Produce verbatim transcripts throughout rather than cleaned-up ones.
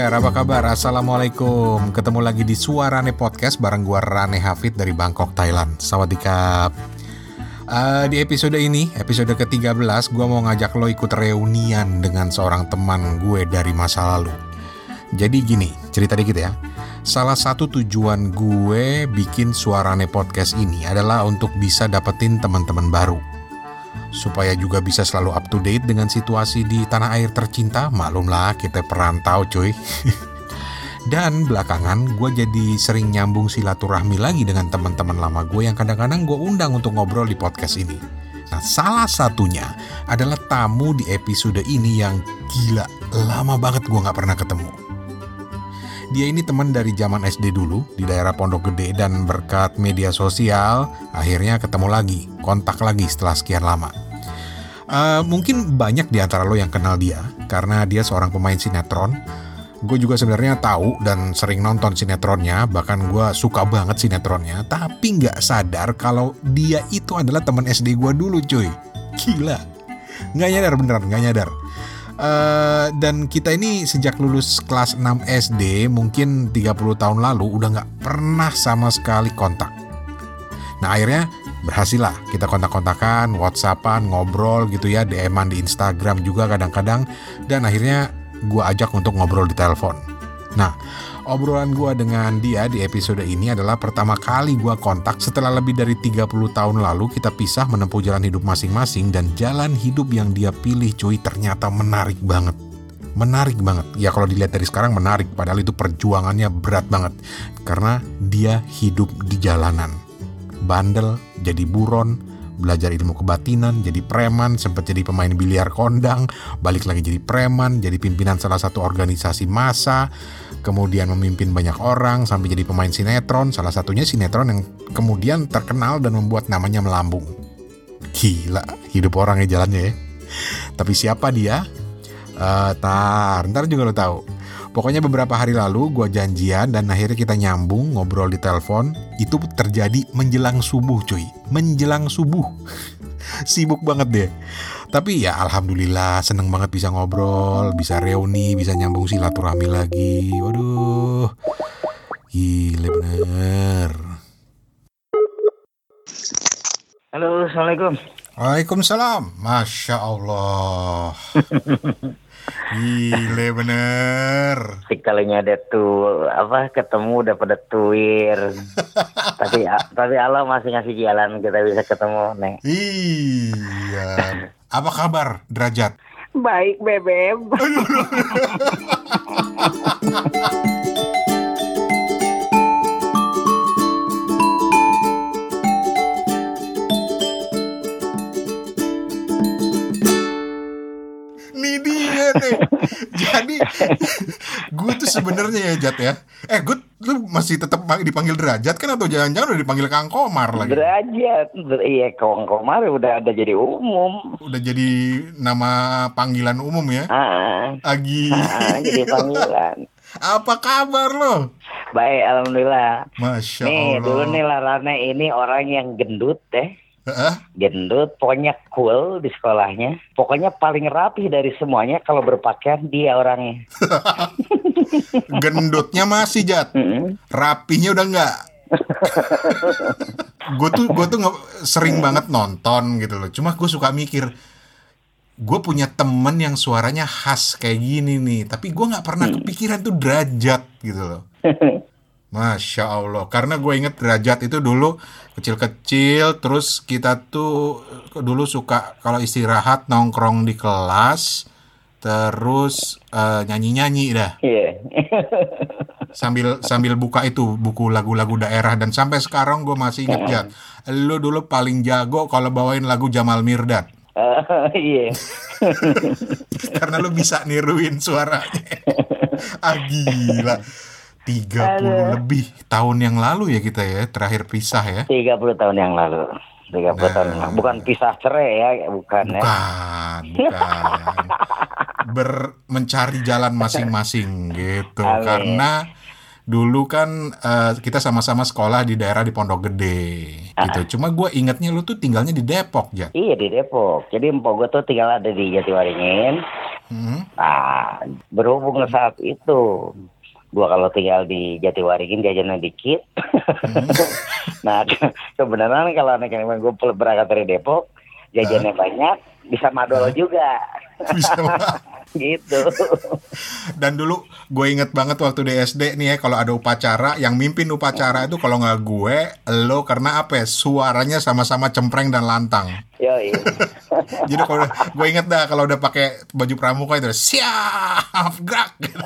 pendengar, apa kabar? Assalamualaikum. Ketemu lagi di Suarane Podcast bareng gua Rane Hafid dari Bangkok, Thailand. Sawadikap. Uh, di episode ini, episode ke tiga belas, gua mau ngajak lo ikut reunian dengan seorang teman gue dari masa lalu. Jadi gini, cerita dikit ya. Salah satu tujuan gue bikin Suarane Podcast ini adalah untuk bisa dapetin teman-teman baru, supaya juga bisa selalu up to date dengan situasi di tanah air tercinta. Maklumlah, kita perantau cuy. Dan belakangan gue jadi sering nyambung silaturahmi lagi dengan teman-teman lama gue yang kadang-kadang gue undang untuk ngobrol di podcast ini. Nah, salah satunya adalah tamu di episode ini yang gila, lama banget gue gak pernah ketemu. Dia ini teman dari zaman S D dulu di daerah Pondok Gede, dan berkat media sosial akhirnya ketemu lagi, kontak lagi setelah sekian lama. Uh, mungkin banyak di antara lo yang kenal dia karena dia seorang pemain sinetron. Gue juga sebenarnya tahu dan sering nonton sinetronnya, bahkan gue suka banget sinetronnya, tapi nggak sadar kalau dia itu adalah teman S D gue dulu cuy. Gila, nggak nyadar, beneran nggak nyadar. Uh, dan kita ini sejak lulus kelas enam S D, mungkin tiga puluh tahun lalu, udah gak pernah sama sekali kontak. Nah, akhirnya berhasil lah kita kontak-kontakan, whatsappan, ngobrol gitu ya, D M-an di Instagram juga kadang-kadang. Dan akhirnya gue ajak untuk ngobrol di telepon. Nah, obrolan gue dengan dia di episode ini adalah pertama kali gue kontak setelah lebih dari tiga puluh tahun lalu kita pisah menempuh jalan hidup masing-masing. Dan jalan hidup yang dia pilih cuy ternyata menarik banget. Menarik banget. Ya kalau dilihat dari sekarang menarik, padahal itu perjuangannya berat banget. Karena dia hidup di jalanan. Bandel, jadi buron, belajar ilmu kebatinan, jadi preman, sempat jadi pemain biliar kondang, balik lagi jadi preman, jadi pimpinan salah satu organisasi massa, kemudian memimpin banyak orang, sampai jadi pemain sinetron, salah satunya sinetron yang kemudian terkenal dan membuat namanya melambung. Gila, hidup orangnya jalannya ya. Tapi siapa dia? Uh, tar, ntar juga lo tahu. Pokoknya beberapa hari lalu gue janjian dan akhirnya kita nyambung ngobrol di telepon. Itu terjadi menjelang subuh cuy. Menjelang subuh. Sibuk banget deh. Tapi ya alhamdulillah seneng banget bisa ngobrol, bisa reuni, bisa nyambung silaturahmi lagi. Waduh, gila bener. Halo, Assalamualaikum. Waalaikumsalam. Masya Allah. Gile bener. Sekalinya ada tuh apa ketemu udah pada tuir. tapi tapi Allah masih ngasih jalan kita bisa ketemu nih. Iya. Apa kabar Derajat? Baik bebek. Jadi gue tuh sebenarnya ya Jat ya. Eh gue lu masih tetap dipanggil Derajat kan, atau jangan-jangan udah dipanggil Kang Komar lagi? Derajat, iya Kang Komar udah ada jadi umum. Udah jadi nama panggilan umum ya? Ah, Agi. Ah, jadi panggilan. Apa kabar lo? Baik, alhamdulillah. Masya nih, Allah. Nih dulu nih Larane ini orang yang gendut deh. Uh-uh. Gendut, pokoknya cool di sekolahnya. Pokoknya paling rapi dari semuanya. Kalau berpakaian dia orangnya. Gendutnya masih Jat. Mm-hmm. Rapinya udah enggak. Gue tuh gue tuh nggak sering banget nonton gitu loh. Cuma gue suka mikir, gue punya temen yang suaranya khas kayak gini nih, tapi gue nggak pernah kepikiran tuh Derajat gitu loh. Masya Allah, karena gue inget Derajat itu dulu kecil-kecil, terus kita tuh dulu suka kalau istirahat nongkrong di kelas, terus uh, nyanyi-nyanyi dah. Iya. sambil sambil buka itu buku lagu-lagu daerah, dan sampai sekarang gue masih inget Jat, lu dulu paling jago kalau bawain lagu Jamal Mirdad. Uh, iya. Karena lu bisa niruin suaranya. Ah gila. tiga puluh Aduh. Lebih tahun yang lalu ya kita ya terakhir pisah ya. tiga puluh tahun yang lalu. tiga puluh nah, tahun yang lalu. Bukan pisah cerai ya, bukan, bukan ya. Bukan, bukan. Ber mencari jalan masing-masing gitu. Amin. Karena dulu kan uh, kita sama-sama sekolah di daerah di Pondok Gede gitu. Cuma gue ingetnya lu tuh tinggalnya di Depok, Jat. Iya di Depok. Jadi empok gue tuh tinggal ada di Jatiwaringin. Hmm. Nah, berhubung saat itu gue kalau tinggal di Jatiwaringin jajannya dikit. Hmm. Nah, kebenaran kalau anak-anak gue berangkat dari Depok, jajannya uh. banyak, bisa madol uh. juga. Bisa gitu. Dan dulu gue inget banget waktu di S D nih ya, kalau ada upacara, yang mimpin upacara itu kalau nggak gue, lo, karena apa ya, suaranya sama-sama cempreng dan lantang. Yoi. Jadi kalau gue inget dah kalau udah pakai baju pramuka itu siap gerak gitu.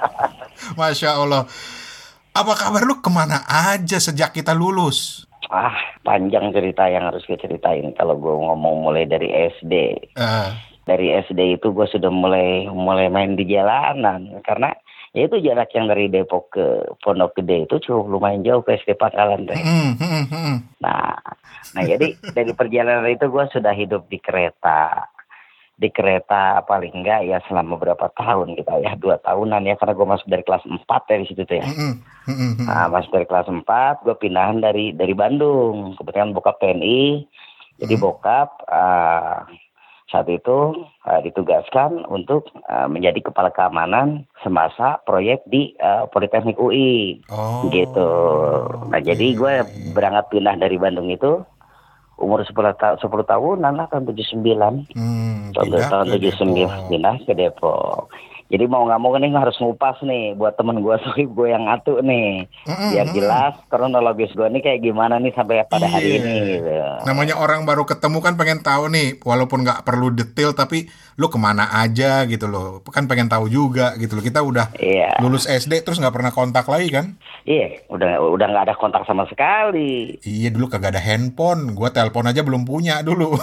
Masya Allah. Apa kabar lu, kemana aja sejak kita lulus? Ah, panjang cerita yang harus gue ceritain kalau gue ngomong mulai dari S D. Uh. Dari S D itu gue sudah mulai mulai main di jalanan, karena ya itu jarak yang dari Depok ke Pondok Gede itu cukup lumayan jauh ke S D Pangkalan. Mm, mm, mm. Nah, nah jadi dari perjalanan itu gue sudah hidup di kereta, di kereta paling enggak ya selama berapa tahun kita ya, dua tahunan ya, karena gue masuk dari kelas empat dari situ tuh ya. Mm, mm, mm. Nah, masuk dari kelas empat, gue pindahan dari dari Bandung, kebetulan bokap T N I, jadi mm. bokap uh, saat itu uh, ditugaskan untuk uh, menjadi kepala keamanan semasa proyek di uh, Politeknik U I, oh, gitu. Nah okay. Jadi gue berangkat pindah dari Bandung itu umur sepuluh, ta- sepuluh tahunan lah, tahun tujuh puluh sembilan. Hmm, tahun tahun tujuh puluh sembilan pindah ke Depok. Jadi mau nggak mau kan ini harus ngupas nih buat temen gue, sohib gue yang ngatu nih, mm-hmm. biar jelas kronologis gue nih kayak gimana nih sampai pada yeah. hari ini gitu. Namanya orang baru ketemu kan pengen tahu nih, walaupun nggak perlu detail tapi lu kemana aja gitu loh, kan pengen tahu juga gitu loh. Kita udah yeah. lulus S D terus nggak pernah kontak lagi kan? Iya, yeah, udah udah nggak ada kontak sama sekali. Iya, dulu kagak ada handphone, gue telepon aja belum punya dulu.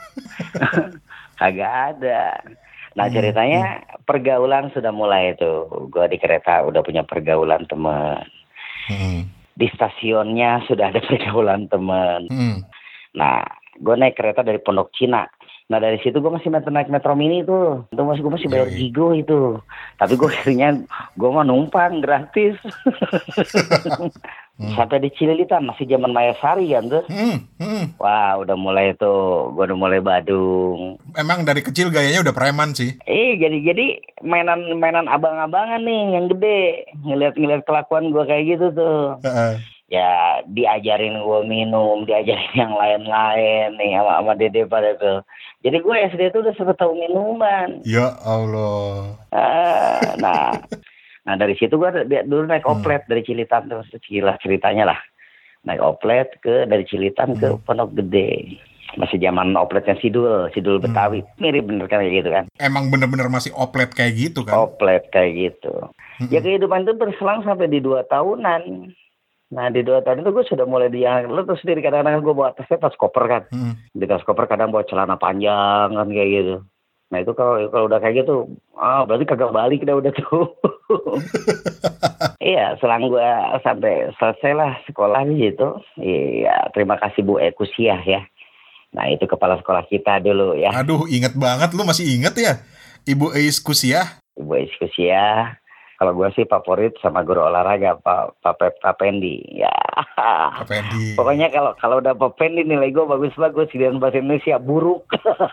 Kagak ada. Nah ceritanya hmm. pergaulan sudah mulai itu. Gue di kereta udah punya pergaulan teman. Hmm. Di stasiunnya sudah ada pergaulan teman. Hmm. Nah gue naik kereta dari Pondok Cina. Nah dari situ gue masih naik metro mini tuh. Itu masih gue masih bayar gigo itu. Tapi gue akhirnya gue mau numpang gratis. Hmm. Sampai di Cililitan masih zaman Mayasari kan tuh. Hmm. Hmm. Wah udah mulai tuh, gue udah mulai badung. Emang dari kecil gayanya udah preman sih. Eh jadi jadi mainan mainan abang-abangan nih yang gede, ngeliat-ngeliat kelakuan gue kayak gitu tuh. Uh-uh. Ya diajarin gue minum, diajarin yang lain-lain nih sama sama dede pada tuh. Jadi gue S D tuh udah sempet tahu minuman. Ya Allah. Uh, nah. Nah dari situ gue dulu naik oplet hmm. dari Cilitan tuh, sekilas ceritanya lah. Naik oplet ke dari Cilitan hmm. ke Pondok Gede. Masih zaman opletnya Sidul, Sidul Betawi. Hmm. Mirip bener kan kayak gitu kan. Emang bener-bener masih oplet kayak gitu kan? Oplet kayak gitu. Hmm. Ya kehidupan itu berselang sampai di dua tahunan. Nah di dua tahun itu gue sudah mulai di yang, lo tuh sendiri kadang-kadang gue bawa tasnya tas koper kan. Hmm. Di tas koper kadang bawa celana panjang kan kayak gitu. Nah itu kalau kalau udah kayak gitu, ah berarti kagak balik dah udah tuh. Iya, selang gue sampai selesai lah sekolah gitu. Iya, terima kasih Bu Ekusiah ya. Nah itu kepala sekolah kita dulu ya. Aduh, inget banget, lu masih inget ya, Ibu Ekusiah? Ibu Ekusiah. Kalau gue sih favorit sama guru olahraga Pak Pak Pak Pendi. Ya. Pak Pendi. Pokoknya kalau kalau udah Pak Pendi nilai gue bagus-bagus, dan bahasa Indonesia buruk.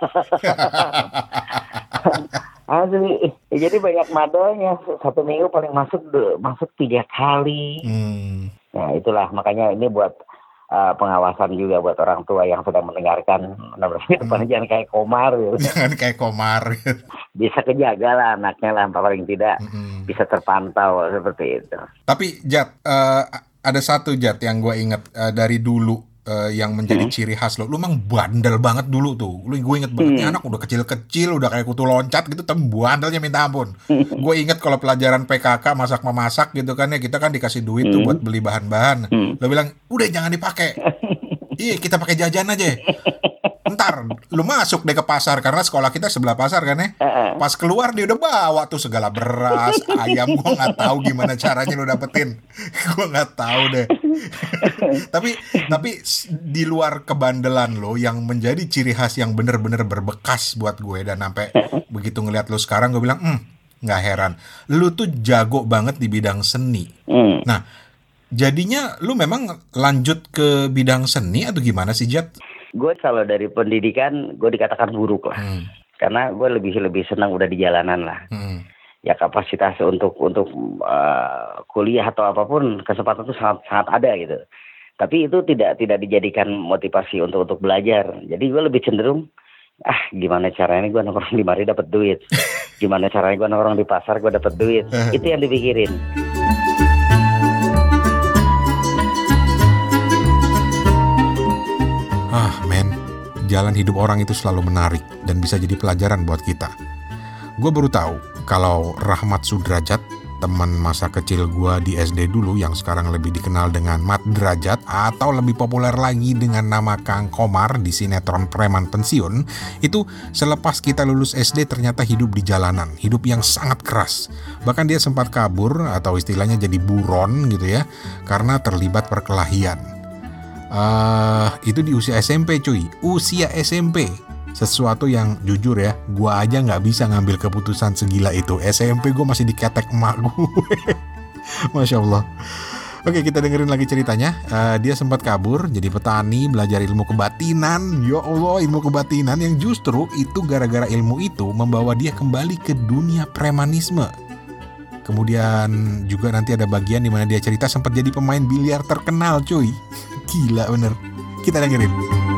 Aduh, ya jadi banyak madalnya. Satu minggu paling masuk masuk tiga kali. Hmm. Nah itulah makanya ini buat uh, pengawasan juga buat orang tua yang sedang mendengarkan. Namanya hmm. jangan kayak Komar. Gitu. Jangan kayak Komar. Bisa kejaga lah anaknya lah, paling tidak hmm. bisa terpantau seperti itu. Tapi Jat, uh, ada satu Jat yang gue inget uh, dari dulu uh, yang menjadi hmm. ciri khas lo. Lu emang bandel banget dulu tuh. Lu gue inget banget, hmm. anak udah kecil-kecil, udah kayak kutu loncat gitu, tapi bandelnya minta ampun. Gue inget kalau pelajaran P K K masak-memasak gitu kan ya, kita kan dikasih duit hmm. tuh buat beli bahan-bahan. Hmm. Lo bilang, udah jangan dipakai. Iya kita pakai jajan aja. Ntar lu masuk deh ke pasar, karena sekolah kita sebelah pasar kan ya. Uh-uh. Pas keluar dia udah bawa tuh segala beras, ayam. Gue nggak tahu gimana caranya lu dapetin. Gue nggak tahu deh. tapi tapi di luar kebandelan lo yang menjadi ciri khas yang bener-bener berbekas buat gue, dan sampai begitu ngeliat lo sekarang gue bilang, hmm, nggak heran. Lu tuh jago banget di bidang seni. Hmm. Nah, jadinya lu memang lanjut ke bidang seni atau gimana sih, Jat? Gue kalau dari pendidikan, gue dikatakan buruk lah. Hmm. Karena gue lebih lebih senang udah di jalanan lah. Hmm. Ya kapasitas untuk untuk uh, kuliah atau apapun, kesempatan itu sangat sangat ada gitu. Tapi itu tidak tidak dijadikan motivasi untuk untuk belajar. Jadi gue lebih cenderung, ah gimana caranya gue nongkrong di mari dapat duit. Gimana caranya gue nongkrong di pasar gue dapat duit. Itu yang dipikirin. Ah men, jalan hidup orang itu selalu menarik dan bisa jadi pelajaran buat kita. Gue baru tahu kalau Rahmat Sudrajat, teman masa kecil gue di S D dulu yang sekarang lebih dikenal dengan Mat Derajat atau lebih populer lagi dengan nama Kang Komar di sinetron Preman Pensiun, itu selepas kita lulus S D ternyata hidup di jalanan, hidup yang sangat keras. Bahkan dia sempat kabur atau istilahnya jadi buron gitu ya, karena terlibat perkelahian. Uh, itu di usia S M P cuy, usia S M P. Sesuatu yang jujur ya, gue aja gak bisa ngambil keputusan segila itu. S M P gue masih diketek emak gue. Masya Allah. Oke, kita dengerin lagi ceritanya. uh, Dia sempat kabur jadi petani, belajar ilmu kebatinan. Ya Allah, ilmu kebatinan yang justru itu gara-gara ilmu itu membawa dia kembali ke dunia premanisme. Kemudian juga nanti ada bagian dimana dia cerita sempat jadi pemain biliar terkenal cuy. Gila bener. Kita dengerin.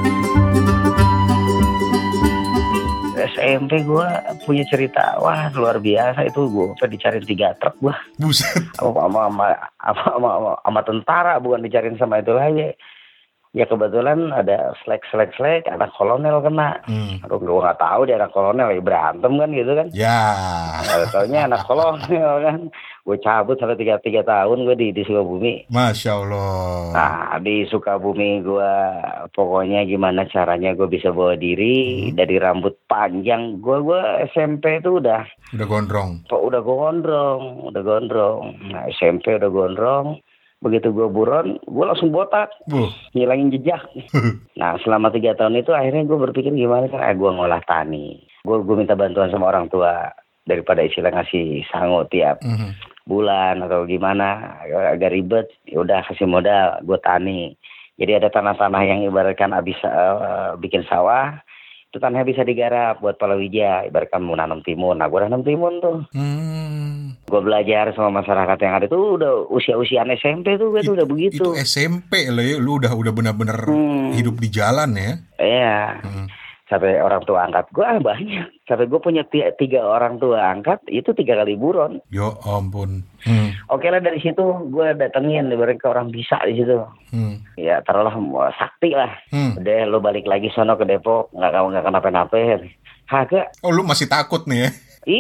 S M P gue punya cerita, wah luar biasa itu. Gue sampai dicariin tiga truk gue. Buset. Sama, sama, sama, sama, sama tentara, bukan dicariin sama itu lagi. Ya kebetulan ada selek-selek-selek, anak kolonel kena. Hmm. Aduh gue gak tahu dia anak kolonel lagi berantem kan gitu kan. Ya. Gak taunya anak kolonel kan. Gue cabut sampai tiga tiga tahun gue di, di Sukabumi. Masya Allah. Nah di Sukabumi gue pokoknya gimana caranya gue bisa bawa diri. Hmm. Dari rambut panjang. Gue gue S M P itu udah. Udah gondrong. Oh, udah gondrong. Udah gondrong. Nah S M P udah gondrong. Begitu gue buron, gue langsung botak, uh. ngilangin jejak. Nah selama tiga tahun itu akhirnya gue berpikir gimana kan, ah, gue ngolah tani. Gue gue minta bantuan sama orang tua daripada istilah ngasih sangu tiap uh-huh. bulan atau gimana, agak ribet. Ya udah kasih modal, gue tani. Jadi ada tanah-tanah yang ibaratkan abis uh, bikin sawah, itu tanahnya bisa digarap buat palawija. Ibaratkan mau nanam timun, nah gue nanam timun tuh. Hmm. Gue belajar sama masyarakat yang ada tuh udah usia-usiaan S M P tuh gue tuh udah begitu. Itu S M P loh ya, lu udah udah benar-benar hmm. hidup di jalan ya. Iya. Hmm. Sampai orang tua angkat gue ah, banyak. Sampai gue punya t- tiga orang tua angkat itu tiga kali buron. Ya ampun. Hmm. Oke lah dari situ gue datengin mereka orang bisa di situ. Hmm. Ya taruhlah sakti lah. Hmm. Udah lo balik lagi sono ke Depok nggak kamu nggak kenapa-napa. Kagak. Oh lu masih takut nih ya?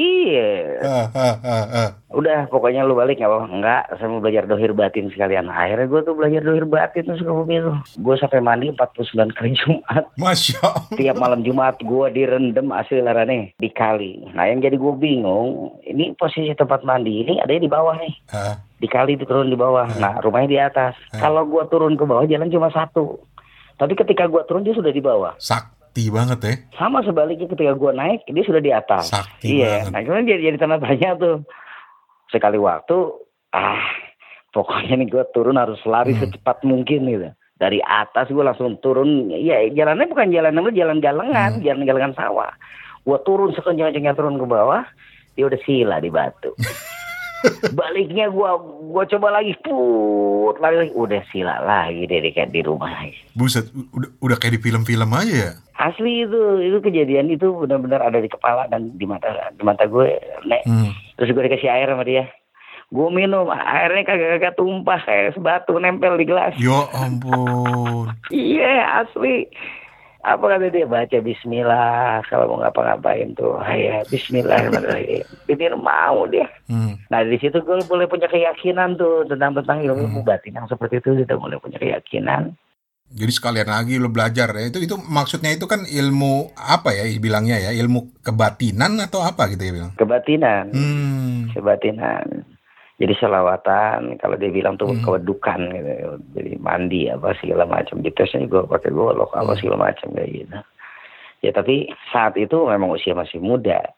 Iya. Uh, uh, uh, uh. Udah pokoknya lu balik nggak apa-apa. Enggak, saya mau belajar dohir batin sekalian. Akhirnya gue tuh belajar dohir batin tuh Sukabumi tuh. Gue sampai mandi empat puluh sembilan kali Jumat. Masya Allah. Tiap malam Jumat gue direndam asli larane di kali. Nah yang jadi gue bingung, ini posisi tempat mandi ini ada di bawah nih. Uh. Di kali itu turun di bawah. Uh. Nah rumahnya di atas. Uh. Kalau gue turun ke bawah jalan cuma satu. Tapi ketika gue turun dia sudah di bawah. Sak. Sakti banget ya. Sama sebaliknya ketika gue naik dia sudah di atas. Sakti iya. banget. Nah kemudian jadi, jadi tanda tanya tuh. Sekali waktu, ah pokoknya nih gue turun harus lari hmm. secepat mungkin gitu. Dari atas gue langsung turun. Iya jalannya bukan jalan namanya jalan galengan, hmm. jalan galengan sawah. Gue turun sekencang-kencangnya turun ke bawah, dia udah sila di batu. Baliknya gue gue coba lagi put lari lagi udah sila lagi deh kayak di rumah lagi. Buset, udah udah kayak di film-film aja ya. Asli itu itu kejadian itu benar-benar ada di kepala dan di mata di mata gue nek. Hmm. Terus gue dikasih air sama dia. Gue minum airnya kagak-kagak tumpah kayak sebatu nempel di gelas. Ya ampun. Iya asli. Apa kata dia baca Bismillah kalau mau ngapa-ngapain tuh, ya Bismillahirrahmanirrahim. Dia mau dia. Hmm. Nah di situ gue boleh punya keyakinan tuh tentang tentang ilmu hmm. batin yang seperti itu kita mulai punya keyakinan. Jadi sekalian lagi lo belajar ya itu itu maksudnya itu kan ilmu apa ya bilangnya ya ilmu kebatinan atau apa gitu ya bilang? Kebatinan. Hmm. Kebatinan. Jadi selawatan, kalau dia bilang tuh hmm. kewedukan gitu, jadi mandi apa segala macam. Di tesnya juga pakai golok apa segala macam kayak gitu. Ya tapi saat itu memang usia masih muda.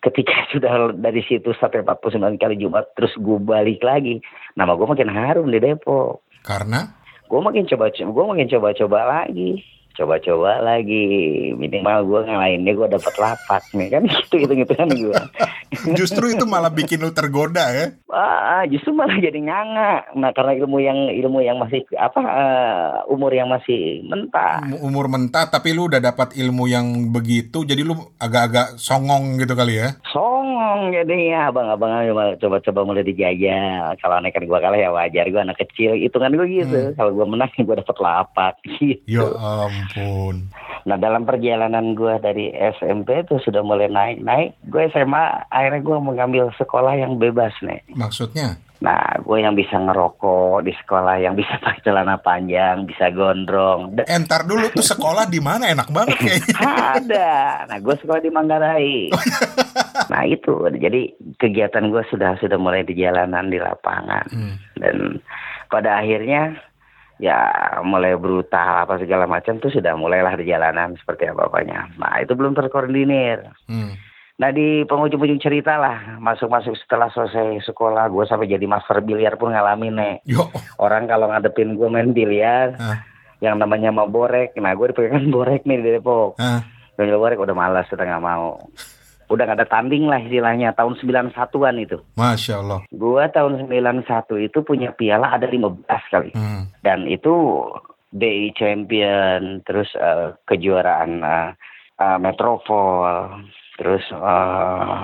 ketika sudah dari situ sampai empat puluh sembilan kali Jumat, terus gue balik lagi, nama gue makin harum di Depok. Karena? Gue makin coba, gue makin coba-coba lagi. Coba-coba lagi, minimal gue ngalahinnya gue dapat lapak nih kan, gitu gitu kan gue. Justru itu malah bikin lu tergoda ya? Ah, justru malah jadi nganga. Nah karena ilmu yang ilmu yang masih apa uh, umur yang masih mentah. Umur mentah tapi lu udah dapat ilmu yang begitu, jadi lu agak-agak songong gitu kali ya? Songong jadinya, abang-abang coba-coba mulai dijajal. Kalau nekat gue kalah ya wajar, gue anak kecil, hitungan gue gitu. Hmm. Kalau gue menang gue dapat lapak gitu. Ya ampun. Nah dalam perjalanan gue dari S M P itu sudah mulai naik-naik, gue S M A akhirnya gue mengambil sekolah yang bebas nih. Maksudnya? Nah gue yang bisa ngerokok di sekolah, yang bisa pakai celana panjang, bisa gondrong. Eh ntar dulu tuh sekolah di mana, enak banget kayaknya. Ada. Nah gue sekolah di Manggarai. Nah itu, jadi kegiatan gue sudah sudah mulai di jalanan, di lapangan. Hmm. Dan pada akhirnya ya mulai brutal apa segala macam tuh sudah mulailah di jalanan seperti apa-apanya. Nah itu belum terkoordinir. Hmm. Nah di penghujung-ujung cerita lah, masuk-masuk setelah selesai sekolah, gue sampai jadi master biliar pun ngalamin nih. Yo. Orang kalau ngadepin gue main biliar, huh? yang namanya mau borek, nah gue dipegang borek nih di Depok. Huh? Dipegang borek udah malas, udah gak mau. Udah gak ada tanding lah istilahnya, tahun sembilan satuan itu. Masya Allah. Gua tahun sembilan satu itu punya piala ada lima belas kali. Hmm. Dan itu B I Champion, terus uh, kejuaraan uh, uh, Metropol, terus uh,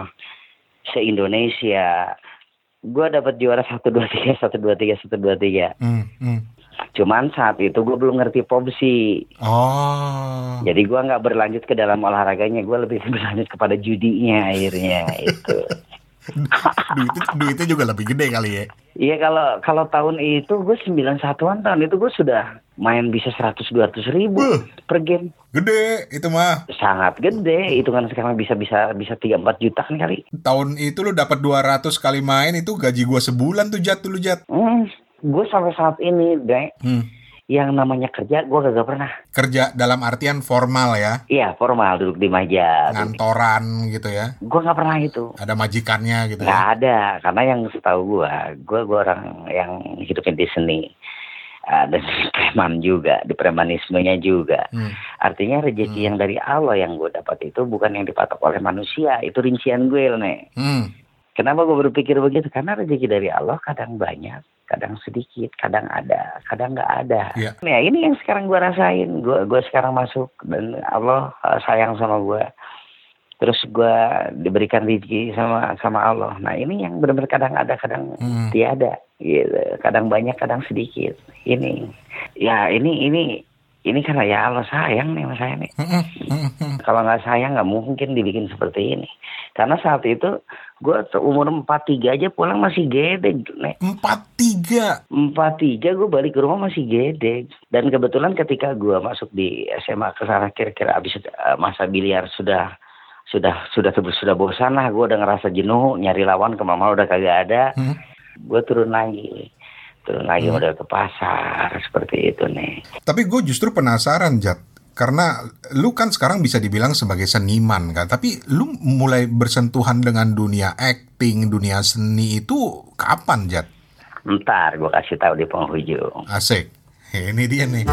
se-Indonesia. Gua dapat juara satu dua tiga, satu dua tiga, satu dua tiga. Hmm. Hmm. Cuman saat itu gue belum ngerti popsi. Oh. Jadi gue nggak berlanjut ke dalam olahraganya, gue lebih berlanjut kepada judinya akhirnya itu. duitnya, duitnya juga lebih gede kali ya? Iya kalau kalau tahun itu gue sembilan satuan, tahun itu gue sudah main bisa seratus dua ratus ribu Buh. per game. Gede itu mah. Sangat gede, itu kan sekarang bisa bisa bisa tiga empat juta kan kali. Tahun itu lu dapat dua ratus kali main, itu gaji gue sebulan tuh Jat dulu Jat. Hmm. Gue sampai saat ini, Dek, hmm. yang namanya kerja, gue gak pernah. Kerja dalam artian formal ya? Iya, formal, duduk di meja. Ngantoran gitu ya? Gue gak pernah itu. Ada majikannya gitu gak ya? Gak ada, karena yang setahu gue, gue gue orang yang hidupnya di seni. Uh, dan preman juga, di premanismenya juga. Hmm. Artinya rezeki hmm. yang dari Allah yang gue dapat itu bukan yang dipatok oleh manusia, itu rincian gue, nih. Hmm. Kenapa gue berpikir begitu? Karena rezeki dari Allah kadang banyak, kadang sedikit, kadang ada, kadang nggak ada. Yeah. Nah ini yang sekarang gue rasain. Gue gue sekarang masuk dan Allah uh, sayang sama gue. Terus gue diberikan rezeki sama sama Allah. Nah ini yang benar-benar kadang ada, kadang hmm. tiada. Gitu. Kadang banyak, kadang sedikit. Ini, ya ini ini ini karena ya Allah sayang nih sama saya nih. Kalau nggak sayang nggak mungkin dibikin seperti ini. Karena saat itu gue umur empat tiga aja pulang masih gede. empat tiga? empat tiga gue balik ke rumah masih gede. Dan kebetulan ketika gue masuk di S M A ke sana kira-kira abis masa biliar sudah sudah sudah sudah, sudah bosan lah. Gue udah ngerasa jenuh, nyari lawan kemana udah kagak ada. Hmm? Gue turun lagi. Turun lagi hmm. modal ke pasar seperti itu nih. Tapi gue justru penasaran Jat. Karena lu kan sekarang bisa dibilang sebagai seniman kan, tapi lu mulai bersentuhan dengan dunia acting, dunia seni itu kapan, Jat? Ntar gue kasih tahu di penghujung. Asik, ini dia nih.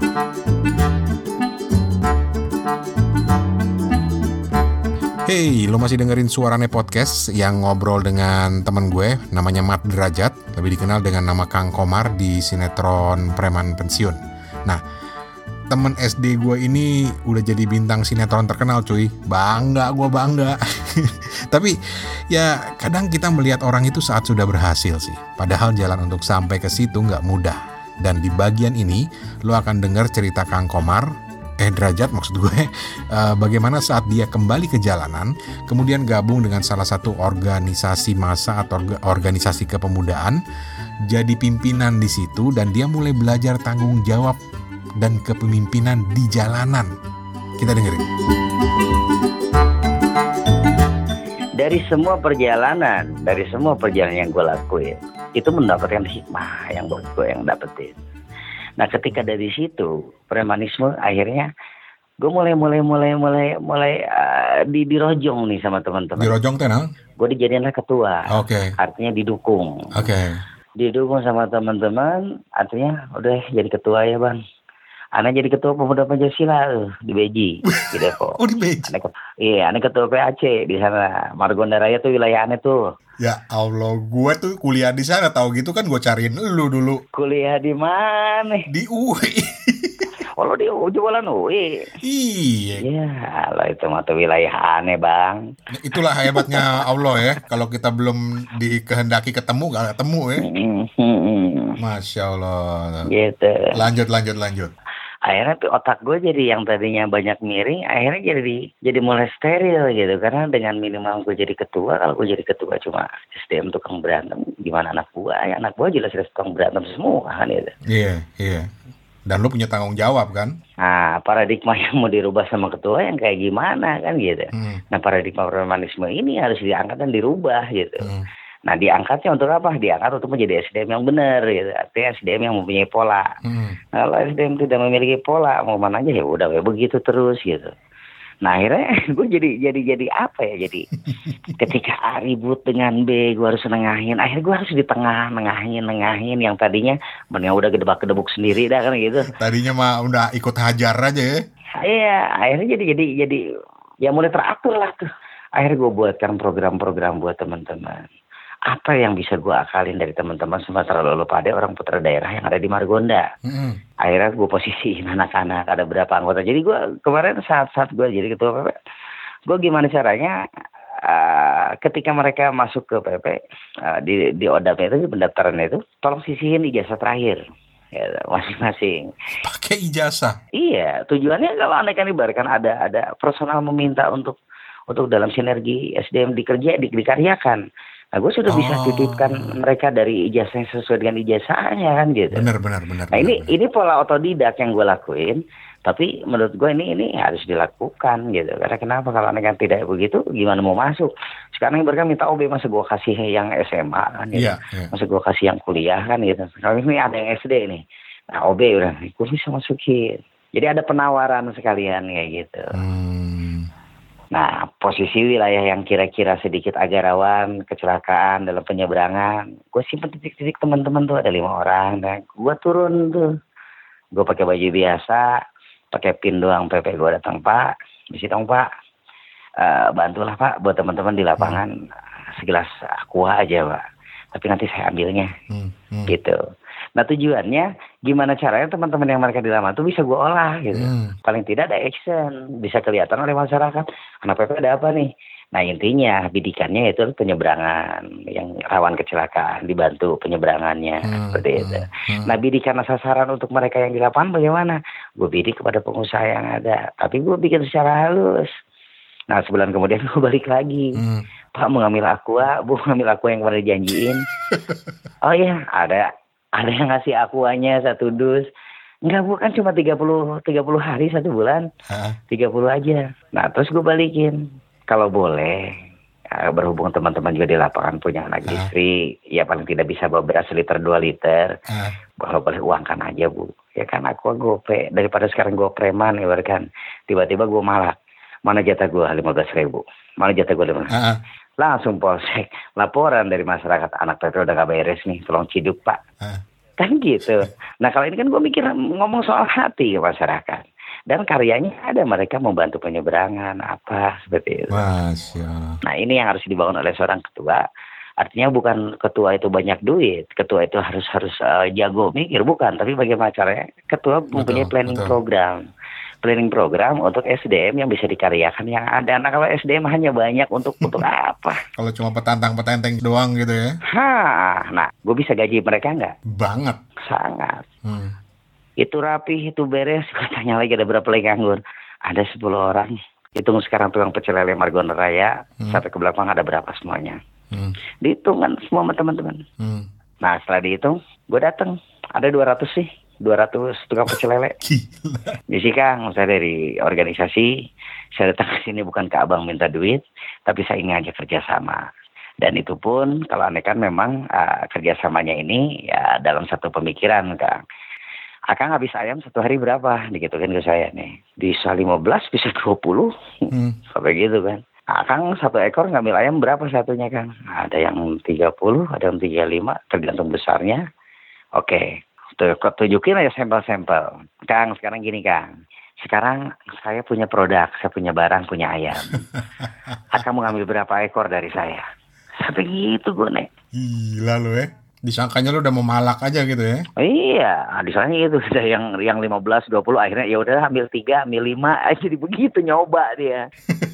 Hey, lo masih dengerin Suarane Podcast yang ngobrol dengan teman gue, namanya Mat Derajat, lebih dikenal dengan nama Kang Komar di sinetron Preman Pensiun. Nah, temen S D gue ini udah jadi bintang sinetron terkenal cuy. Bangga, gue bangga. Tapi ya kadang kita melihat orang itu saat sudah berhasil sih. Padahal jalan untuk sampai ke situ gak mudah. Dan di bagian ini lo akan dengar cerita Kang Komar, eh Derajat maksud gue, uh, bagaimana saat dia kembali ke jalanan, kemudian gabung dengan salah satu organisasi massa atau organisasi kepemudaan, jadi pimpinan di situ, dan dia mulai belajar tanggung jawab dan kepemimpinan di jalanan. Kita dengerin. Dari semua perjalanan, dari semua perjalanan yang gue lakuin, itu mendapatkan hikmah yang gue yang dapetin. Nah ketika dari situ, premanisme akhirnya gue mulai mulai mulai mulai mulai uh, di dirojong nih sama teman-teman. Dirojong teh nah? Gue dijadiin lah ketua. Oke. Okay. Artinya didukung. Oke. Okay. Didukung sama teman-teman, artinya udah jadi ketua ya bang. Ana jadi ketua pemuda Pancasila uh, di Beji, di Depok. Oh di Beji. Ane, iya, ane ketua P A C di sana. Margonda Raya tuh wilayah ane tuh. Ya Allah, gue tuh kuliah di sana, tahu gitu kan gue cariin lu dulu. Kuliah di mana? Di U I. Oh lo di jualan U I. Iya. Iya, lo itu mah tuh wilayah aneh bang. Itulah hebatnya Allah ya. Kalau kita belum dikehendaki ketemu, gak ketemu ya. Masya Allah. Gitu. Lanjut, lanjut, lanjut. Akhirnya tuh otak gue jadi yang tadinya banyak miring, akhirnya jadi jadi mulai steril gitu. Karena dengan minimal gue jadi ketua, kalau gue jadi ketua cuma S D M tukang berantem, gimana anak gue? Ya anak gue jelas-jelas tukang berantem semua kan gitu. Iya, iya. Dan lu punya tanggung jawab kan? Nah, paradigma yang mau dirubah sama ketua yang kayak gimana kan gitu. Hmm. Nah, paradigma premanisme ini harus diangkat dan dirubah gitu. Hmm. Nah, diangkatnya untuk apa? Diangkat untuk menjadi S D M yang benar gitu. Artinya S D M yang mempunyai pola. Hmm. Nah, kalau S D M tidak memiliki pola, mau mana aja ya udah kayak begitu terus gitu. Nah, akhirnya gue jadi jadi jadi apa ya? Jadi ketika A ribut dengan B, gue harus nengahin. Akhirnya gue harus di tengah, nengahin, nengahin. Yang tadinya bener udah gedebak-gedebuk sendiri dah kan gitu. Tadinya mah udah ikut hajar aja ya. Iya, akhirnya jadi jadi jadi ya mulai teratur lah tuh. Akhirnya gue buatkan program-program buat teman-teman. Apa yang bisa gue akalin dari teman-teman Sumatera Lalu Pade, orang putra daerah yang ada di Margonda. Mm-hmm. Akhirnya gue posisiin anak-anak, ada berapa anggota. Jadi gue kemarin saat-saat gue jadi ketua P P, gue gimana caranya uh, ketika mereka masuk ke P P, uh, di, di O D A P itu, di pendaftaran itu, tolong sisihin ijazah terakhir. Ya, masing-masing. Pakai ijazah? Iya, tujuannya kalau anda kan ibaratkan ada ada personal meminta untuk untuk dalam sinergi S D M dikerja, di, dikaryakan. Nah, gue sudah oh. bisa titipkan mereka dari ijazah yang sesuai dengan ijazahnya kan gitu. Benar, benar, benar. Nah, benar, ini benar. ini pola otodidak yang gue lakuin, tapi menurut gue ini ini harus dilakukan gitu. Karena kenapa kalau mereka tidak begitu, gimana mau masuk? Sekarang mereka minta O B, masa gue kasih yang S M A kan gitu. Yeah, yeah. Masa gue kasih yang kuliah kan gitu. Kalau ini ada yang S D nih. Nah, O B udah, gue bisa masukin. Jadi ada penawaran sekalian kayak gitu. Hmm. Nah, posisi wilayah yang kira-kira sedikit agak rawan kecelakaan dalam penyeberangan, gue simpen titik-titik teman-teman tuh ada lima orang, dan gue turun tuh, gue pakai baju biasa, pakai pin doang, P P gue datang Pak, misi dong Pak, uh, bantulah Pak buat teman-teman di lapangan hmm. segelas aqua aja Pak, tapi nanti saya ambilnya, hmm. Hmm. gitu. Nah tujuannya gimana caranya teman-teman yang mereka di lapangan tuh bisa gue olah gitu. Hmm. Paling tidak ada action, bisa kelihatan oleh masyarakat. Anak P P ada apa nih? Nah intinya bidikannya itu penyeberangan yang rawan kecelakaan, dibantu penyeberangannya hmm. seperti itu. Hmm. Nah bidikan sasaran untuk mereka yang di lapangan bagaimana? Gue bidik kepada pengusaha yang ada, tapi gue bikin secara halus. Nah sebulan kemudian gue balik lagi. Hmm. Pak mau ngambil aqua, Bu ngambil aqua yang kemarin dijanjiin. Oh iya ada. Ada yang ngasih akuanya satu dus. Enggak, bukan cuma tiga puluh hari satu bulan. Hah? tiga puluh aja. Nah, terus gue balikin. Kalau boleh, ya, berhubung teman-teman juga di lapangan punya anak Hah? istri, ya paling tidak bisa bawa beras liter dua liter. Hah? Kalau boleh uangkan aja, Bu. Ya kan aku gope. Daripada sekarang gue preman, ya kan. Tiba-tiba gue malak. Mana jatah gue lima belas ribu? Mana jatah gue lima belas ribu? Langsung polsek, laporan dari masyarakat, anak P P udah gak beres nih, tolong ciduk Pak. Hah? Kan gitu. Nah kalau ini kan gue mikir ngomong soal hati ke masyarakat. Dan karyanya ada, mereka membantu penyeberangan, apa, seperti itu. Masya Allah. Nah ini yang harus dibangun oleh seorang ketua. Artinya bukan ketua itu banyak duit, ketua itu harus harus uh, jago mikir, bukan. Tapi bagaimana caranya ketua mempunyai planning betul. program. Planning program untuk S D M yang bisa dikaryakan yang ada. Nah kalau S D M hanya banyak untuk untuk apa? Kalau cuma petantang-petenteng doang gitu ya? Hah, nah gue bisa gaji mereka nggak? Banget. Sangat. Hmm. Itu rapi, itu beres. Gue tanya lagi ada berapa lagi nganggur? Ada sepuluh orang. Hitung sekarang tukang pecel lele Margonda Raya, hmm. sampai ke belakang ada berapa semuanya? Hmm. Dihitung kan semua teman-teman. Hmm. Nah setelah dihitung, gue datang. Ada dua ratus sih. dua ratus tukang pecel lele. Gila. Jadi Kang, saya dari organisasi, saya datang ke sini bukan ke abang minta duit, tapi saya ingin aja kerjasama. Dan itu pun kalau aneh kan memang uh, kerjasamanya ini ya dalam satu pemikiran Kang. Akang habis ayam satu hari berapa? Digituin ke saya nih. Bisa lima belas, bisa dua puluh. Hmm. Sampai gitu kan. Akang satu ekor ngambil ayam berapa satunya Kang? Ada yang tiga puluh, ada yang tiga puluh lima, tergantung besarnya. Oke, tunjukin aja sampel-sampel. Kang, sekarang gini Kang. Sekarang saya punya produk, saya punya barang, punya ayam. Akang mau ngambil berapa ekor dari saya? Sampai gitu gue nih. Gila lu ya. Disangkanya lu udah mau malak aja gitu ya? Iya, disangkanya gitu. Sudah yang yang lima belas, dua puluh akhirnya ya udah ambil tiga, ambil lima, jadi begitu nyoba dia.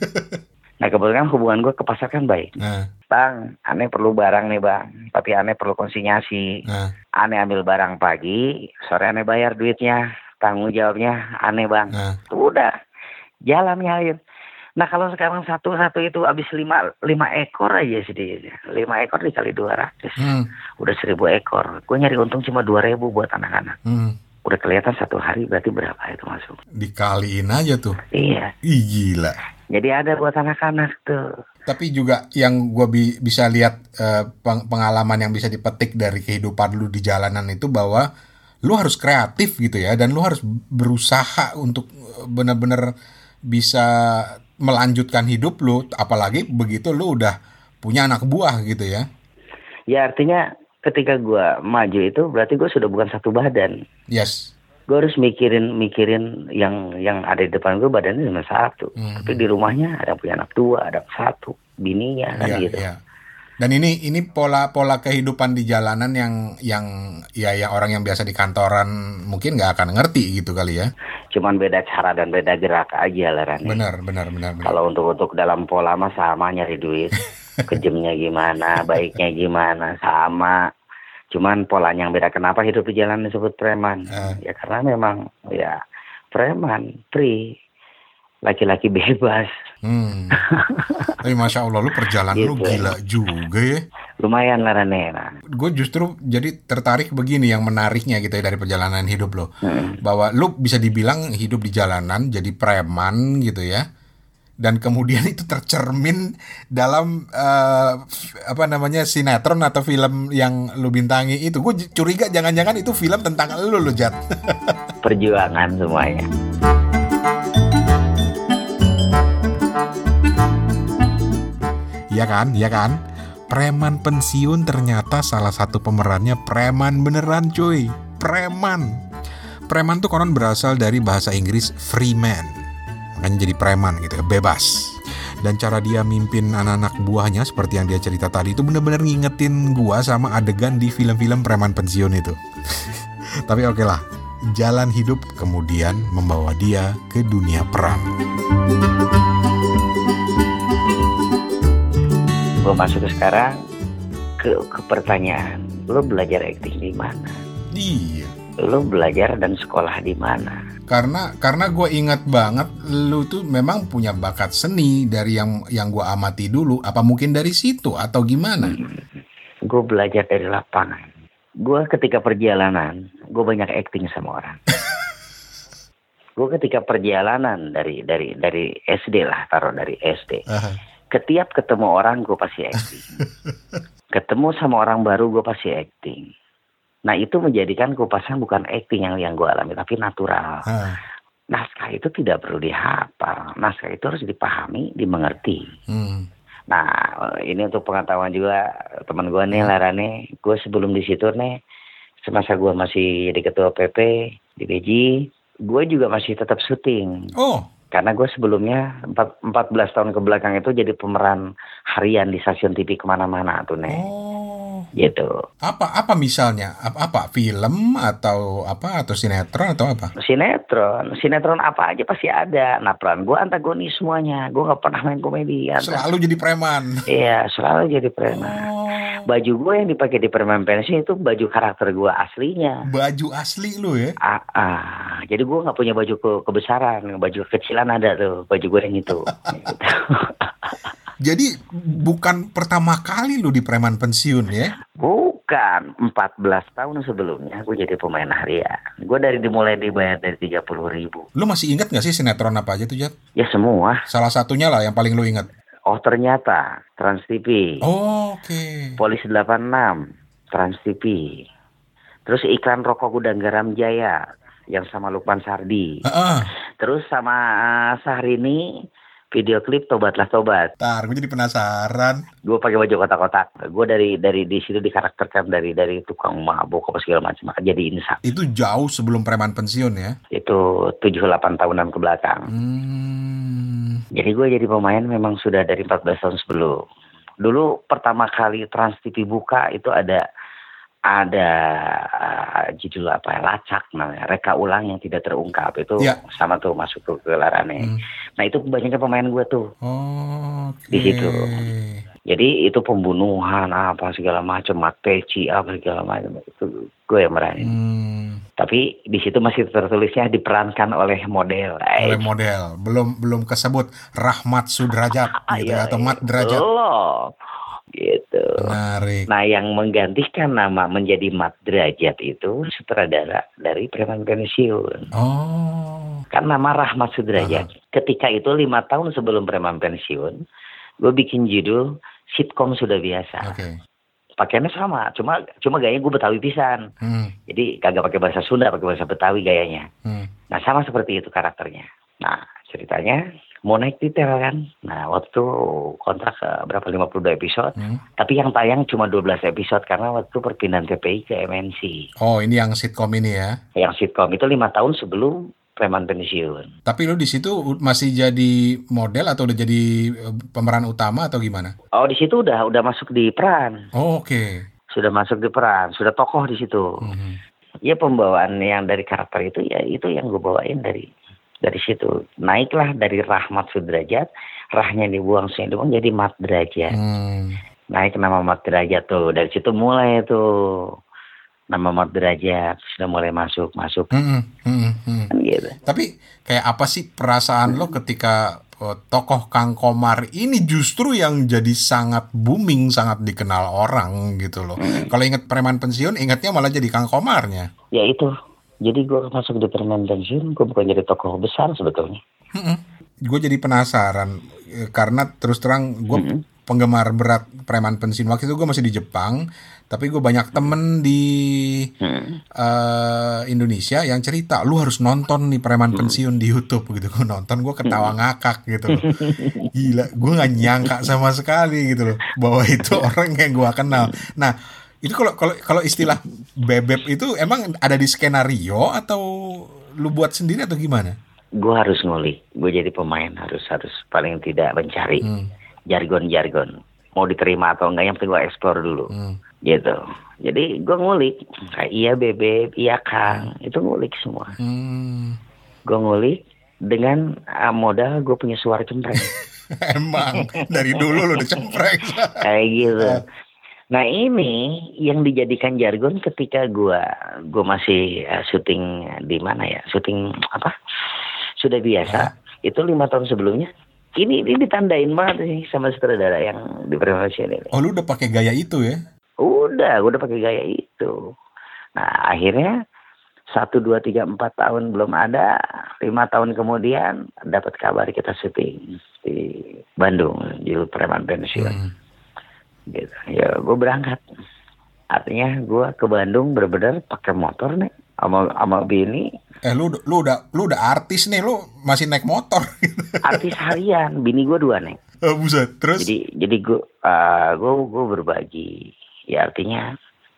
Nah kebetulan hubungan gue ke pasar kan baik. Nah. Bang, aneh perlu barang nih bang, tapi aneh perlu konsinyasi. Nah. Aneh ambil barang pagi, sore aneh bayar duitnya, tanggung jawabnya aneh bang. Nah. Udah, jalan ngalir. Nah kalau sekarang satu-satu itu habis lima, lima ekor aja sedikit. Lima ekor dikali dua ratus. Hmm. Udah seribu ekor. Gue nyari untung cuma dua ribu buat anak-anak. Hmm. Udah kelihatan satu hari berarti berapa itu masuk. Dikaliin aja tuh. Iya. Ih gila. Jadi ada buat anak-anak tuh. Tapi juga yang gue bi- bisa lihat uh, peng- pengalaman yang bisa dipetik dari kehidupan lu di jalanan itu bahwa lu harus kreatif gitu ya. Dan lu harus berusaha untuk benar-benar bisa melanjutkan hidup lu, apalagi begitu lu udah punya anak buah gitu ya. Ya artinya ketika gue maju itu berarti gue sudah bukan satu badan. Yes. Gue harus mikirin mikirin yang yang ada di depan gue badannya cuma satu. Mm-hmm. Tapi di rumahnya ada punya anak dua, ada satu bininya kan yeah, gitu. Yeah. Dan ini ini pola-pola kehidupan di jalanan yang yang ya yang orang yang biasa di kantoran mungkin nggak akan ngerti gitu kali ya. Cuman beda cara dan beda gerak aja lah Rani. Benar, benar, benar. benar. Kalau untuk untuk dalam pola mah sama, nyari duit. Kejamnya gimana, baiknya gimana, sama. Cuman polanya yang beda. Kenapa hidup di jalan disebut preman? Uh. Ya karena memang ya preman, free. Laki-laki bebas. Hmm. Tapi Masya Allah lu perjalanan gitu. Lu gila juga ya. Lumayan lah Rane. Gue justru jadi tertarik begini yang menariknya gitu ya dari perjalanan hidup lo. Hmm. Bahwa lu bisa dibilang hidup di jalanan jadi preman gitu ya. Dan kemudian itu tercermin dalam uh, apa namanya sinetron atau film yang lu bintangi itu. Gue curiga jangan-jangan itu film tentang lu lo Jat. Perjuangan semuanya. Iya kan, iya kan. Preman pensiun ternyata salah satu pemerannya preman beneran cuy. Preman. Preman tuh konon berasal dari bahasa Inggris free man. Makanya jadi preman gitu, bebas. Dan cara dia mimpin anak-anak buahnya seperti yang dia cerita tadi itu bener-bener ngingetin gua sama adegan di film-film preman pensiun itu. Tapi oke lah, jalan hidup kemudian membawa dia ke dunia peran. Gue masuk ke sekarang ke, ke pertanyaan, lo belajar acting di mana? Iya. Lo belajar dan sekolah di mana? Karena karena gue ingat banget lo tuh memang punya bakat seni dari yang yang gue amati dulu. Apa mungkin dari situ atau gimana? Hmm, gue belajar dari lapangan. Gue ketika perjalanan, gue banyak acting sama orang. Gue ketika perjalanan dari dari dari S D lah, taruh dari S D. Uh-huh. Ketiap ketemu orang gue pasti acting. Ketemu sama orang baru gue pasti acting. Nah itu menjadikan kupasan bukan acting yang yang gue alami, tapi natural. Hmm. Naskah itu tidak perlu dihafal. Naskah itu harus dipahami, dimengerti. Hmm. Nah ini untuk pengetahuan juga teman gue nih, Larane. Gue sebelum di situ nih, semasa gue masih jadi ketua P P di B J, gue juga masih tetap syuting. Oh. Karena gue sebelumnya empat belas tahun ke belakang itu jadi pemeran harian di stasiun T V kemana-mana tuh nih. Oh. Gitu. Apa apa misalnya? Apa, apa film atau apa atau sinetron atau apa? Sinetron, sinetron apa aja pasti ada. Nah peran gue antagonis semuanya. Gue nggak pernah main komedi. Selalu jadi preman. Iya, selalu jadi preman. Oh. Baju gue yang dipakai di preman pensi itu baju karakter gue aslinya. Baju asli lu ya? Ah, ah. Jadi gue nggak punya baju ke kebesaran, baju kecilan ada tuh, baju gue yang itu. Jadi bukan pertama kali lu di preman pensiun ya? Bukan, empat belas tahun sebelumnya gue jadi pemain harian. Gue dari dimulai dibayar dari tiga puluh ribu. Lu masih ingat gak sih sinetron apa aja tuh Jat? Ya semua. Salah satunya lah yang paling lu ingat. Oh ternyata, Trans T V. Oh, oke. Okay. Polisi delapan puluh enam, Trans T V. Terus iklan rokok Gudang Garam Jaya yang sama Lukman Sardi. Uh-uh. Terus sama Syahrini video klip Tobatlah Tobat. Tar, gue jadi penasaran. Gue pakai baju kotak-kotak. Gue dari dari di situ dikarakterkan dari dari tukang mabuk apa segala macam. Jadi insaf. Itu jauh sebelum Preman Pensiun ya? Itu tujuh delapan tahunan ke belakang. Hmm. Jadi gue jadi pemain memang sudah dari empat belas tahun sebelum. Dulu pertama kali Trans T V buka itu ada ada uh, judul apa ya, Lacak namanya, reka ulang yang tidak terungkap itu ya. Sama tuh masuk tuh ke Larane. Hmm. Nah itu banyaknya pemain gue tuh oh, okay. Di situ. Jadi itu pembunuhan apa segala macam, mateci apa segala macam itu gue yang meranin. Hmm. Tapi di situ masih tertulisnya diperankan oleh model. Oleh model, belum belum kesebut Rahmat Sudrajat gitu ya, atau Mat Derajat. Belum. Gitu. Menarik. Nah, yang menggantikan nama menjadi Mat Derajat itu sutradara dari Preman Pensiun. Oh. Kan nama Rahmat Sudrajat. Uh-huh. Ketika itu lima tahun sebelum Preman Pensiun, gue bikin judul Sitkom Sudah Biasa. Oke. Okay. Pakaiannya sama, cuma cuma gayanya gue Betawi pisan. Hmm. Jadi kagak pakai bahasa Sunda, pakai bahasa Betawi gayanya. Hmm. Nah, sama seperti itu karakternya. Nah, ceritanya mau naik detail kan. Nah, waktu itu kontrak uh, berapa lima puluh dua episode. Hmm. Tapi yang tayang cuma dua belas episode karena waktu perpindahan T P I ke M N C. Oh, ini yang sitkom ini ya? Yang sitkom itu lima tahun sebelum Preman Pensiun. Tapi lu di situ masih jadi model atau udah jadi pemeran utama atau gimana? Oh, di situ udah udah masuk di peran. Oh, oke. Okay. Sudah masuk di peran, sudah tokoh di situ. Hmm. Ya pembawaan yang dari karakter itu ya itu yang gue bawain dari dari situ. Naiklah dari Rahmat Sudrajat, rahnya dibuang, saya dibuang jadi Mat Derajat. Hmm. Naik nama Mat Derajat tuh. Dari situ mulai tuh nama Mat Derajat sudah mulai masuk masuk. Hmm, hmm, hmm. Kan gitu. Tapi kayak apa sih perasaan hmm. lo ketika uh, tokoh Kang Komar ini justru yang jadi sangat booming, sangat dikenal orang gitu loh. Hmm. Kalau inget Preman Pensiun, ingatnya malah jadi Kang Komarnya. Ya itu. Jadi gue masuk di Preman Pensiun, gue bukan jadi tokoh besar sebetulnya. Hmm. Gue jadi penasaran karena terus terang gue hmm. penggemar berat Preman Pensiun. Waktu itu gue masih di Jepang, tapi gue banyak temen di hmm. uh, Indonesia yang cerita, lu harus nonton nih Preman hmm. Pensiun di YouTube gitu. Gue nonton, gue ketawa ngakak gitu loh. Gila, gue nggak nyangka sama sekali gitu loh bahwa itu orang yang gue kenal. Nah, itu kalau kalau kalau istilah bebek itu emang ada di skenario atau lu buat sendiri atau gimana? Gue harus ngulik. Gue jadi pemain harus harus paling tidak mencari hmm. jargon-jargon. Mau diterima atau enggak, yang penting gue explore dulu. Hmm. Gitu. Jadi gue ngulik. Kayak iya bebek, iya Kang. Hmm. Itu ngulik semua. Hmm. Gue ngulik dengan uh, modal gue punya suara cempreng. Emang dari dulu lu udah cempreng. Kayak gitu. Nah ini yang dijadikan jargon ketika gue gue masih uh, syuting di mana ya? Syuting apa? Sudah biasa. Ya. Itu lima tahun sebelumnya. Ini ini ditandain banget nih sama sutradara yang di Preman Pensiun ini. Oh, lu udah pakai gaya itu ya? Udah, udah pakai gaya itu. Nah, akhirnya satu, dua, tiga, empat tahun belum ada. Lima tahun kemudian dapat kabar kita syuting di Bandung di Preman Pensiun. Hmm. Gitu. Ya, gue berangkat. Artinya gue ke Bandung bener-bener pakai motor nih, sama sama bini. Eh lu lu udah lu udah artis nih, lu masih naik motor. Artis harian, bini gue dua nih. Oh, buset. Terus? Jadi jadi gue uh, gue gue berbagi. Ya artinya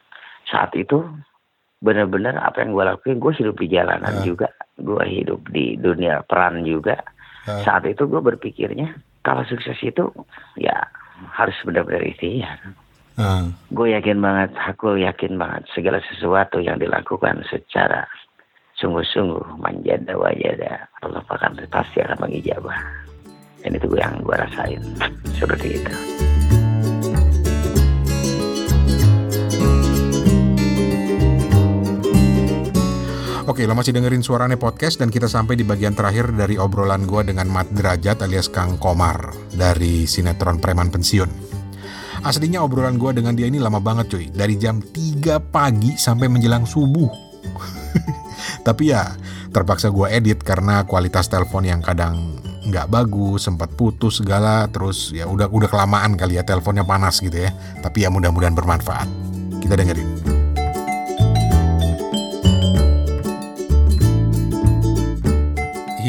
saat itu benar-benar apa yang gue lakuin, gue hidup di jalanan uh. juga, gue hidup di dunia peran juga. Uh. Saat itu gue berpikirnya kalau sukses itu ya harus benar-benar ikhtiar. Uh. Gue yakin banget, aku yakin banget segala sesuatu yang dilakukan secara sungguh-sungguh manjada wajada, Allah akan pasti akan mengijabah. Dan itu yang gue rasain seperti itu. Oke, lo masih dengerin Suarane Podcast dan kita sampai di bagian terakhir dari obrolan gue dengan Mat Derajat alias Kang Komar dari sinetron Preman Pensiun. Aslinya obrolan gue dengan dia ini lama banget cuy, dari jam tiga pagi sampai menjelang subuh. Tapi ya terpaksa gue edit karena kualitas telepon yang kadang nggak bagus, sempat putus segala, terus ya udah udah kelamaan kali ya teleponnya panas gitu ya. Tapi ya mudah-mudahan bermanfaat. Kita dengerin.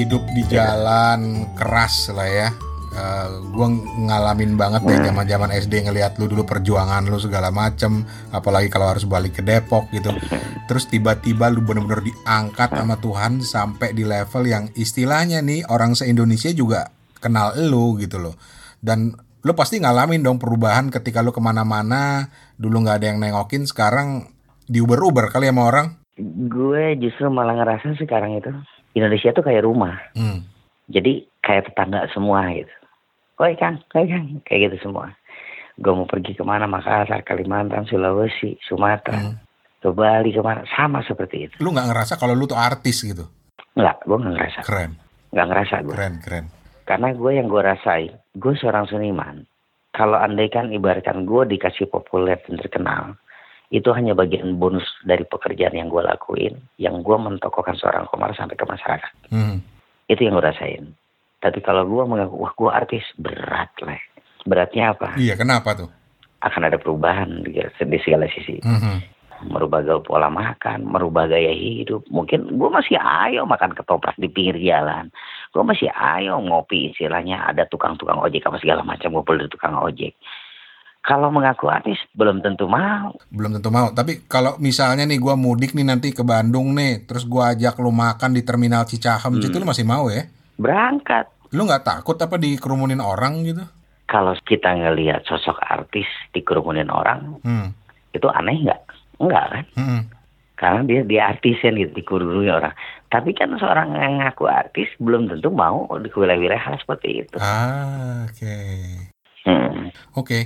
hidup di jalan keras lah ya. Uh, gue ngalamin banget deh zaman-zaman S D ngelihat lu dulu perjuangan lu segala macem, apalagi kalau harus balik ke Depok gitu. Terus tiba-tiba lu bener-bener diangkat sama Tuhan sampai di level yang istilahnya nih orang se-Indonesia juga kenal lu gitu loh. Dan lu pasti ngalamin dong perubahan ketika lu kemana-mana, dulu nggak ada yang nengokin, sekarang diuber-uber kali sama orang. Gue justru malah ngerasa sekarang itu Indonesia tuh kayak rumah. Hmm. Jadi kayak tetangga semua gitu. Koi Kang, koi Kang, kayak gitu semua. Gue mau pergi kemana, Makassar, Kalimantan, Sulawesi, Sumatera, hmm. ke Bali, kemana, sama seperti itu. Lu nggak ngerasa kalau lu tuh artis gitu? Nggak, gue nggak ngerasa. Keren. Nggak ngerasa gue. Keren, keren. Karena gue yang gue rasain, gue seorang seniman. Kalau andaikan ibaratkan gue dikasih populer dan terkenal, itu hanya bagian bonus dari pekerjaan yang gue lakuin, yang gue mentokohkan seorang Komar sampai ke masyarakat. Hmm. Itu yang gue rasain. Tapi kalau gue mengaku, wah gue artis, berat lah. Beratnya apa? Iya, kenapa tuh? Akan ada perubahan di, di segala sisi. Mm-hmm. Merubah pola makan, merubah gaya hidup. Mungkin gue masih ayo makan ketoprak di pinggir jalan. Gue masih ayo ngopi, istilahnya ada tukang-tukang ojek apa segala macam, ngumpul di tukang ojek. Kalau mengaku artis, belum tentu mau. Belum tentu mau. Tapi kalau misalnya nih gue mudik nih nanti ke Bandung nih, terus gue ajak lu makan di Terminal Cicahem, hmm. itu lu masih mau ya? Berangkat. Lu nggak takut apa dikerumunin orang gitu? Kalau kita ngelihat sosok artis dikerumunin orang, hmm. itu aneh nggak? Enggak kan? Hmm. Karena dia dia artisan gitu, dikerumunin orang. Tapi kan seorang yang ngaku artis belum tentu mau di wilayah-wilayah hal seperti itu. Ah, oke. Okay. Hmm. Oke. Okay.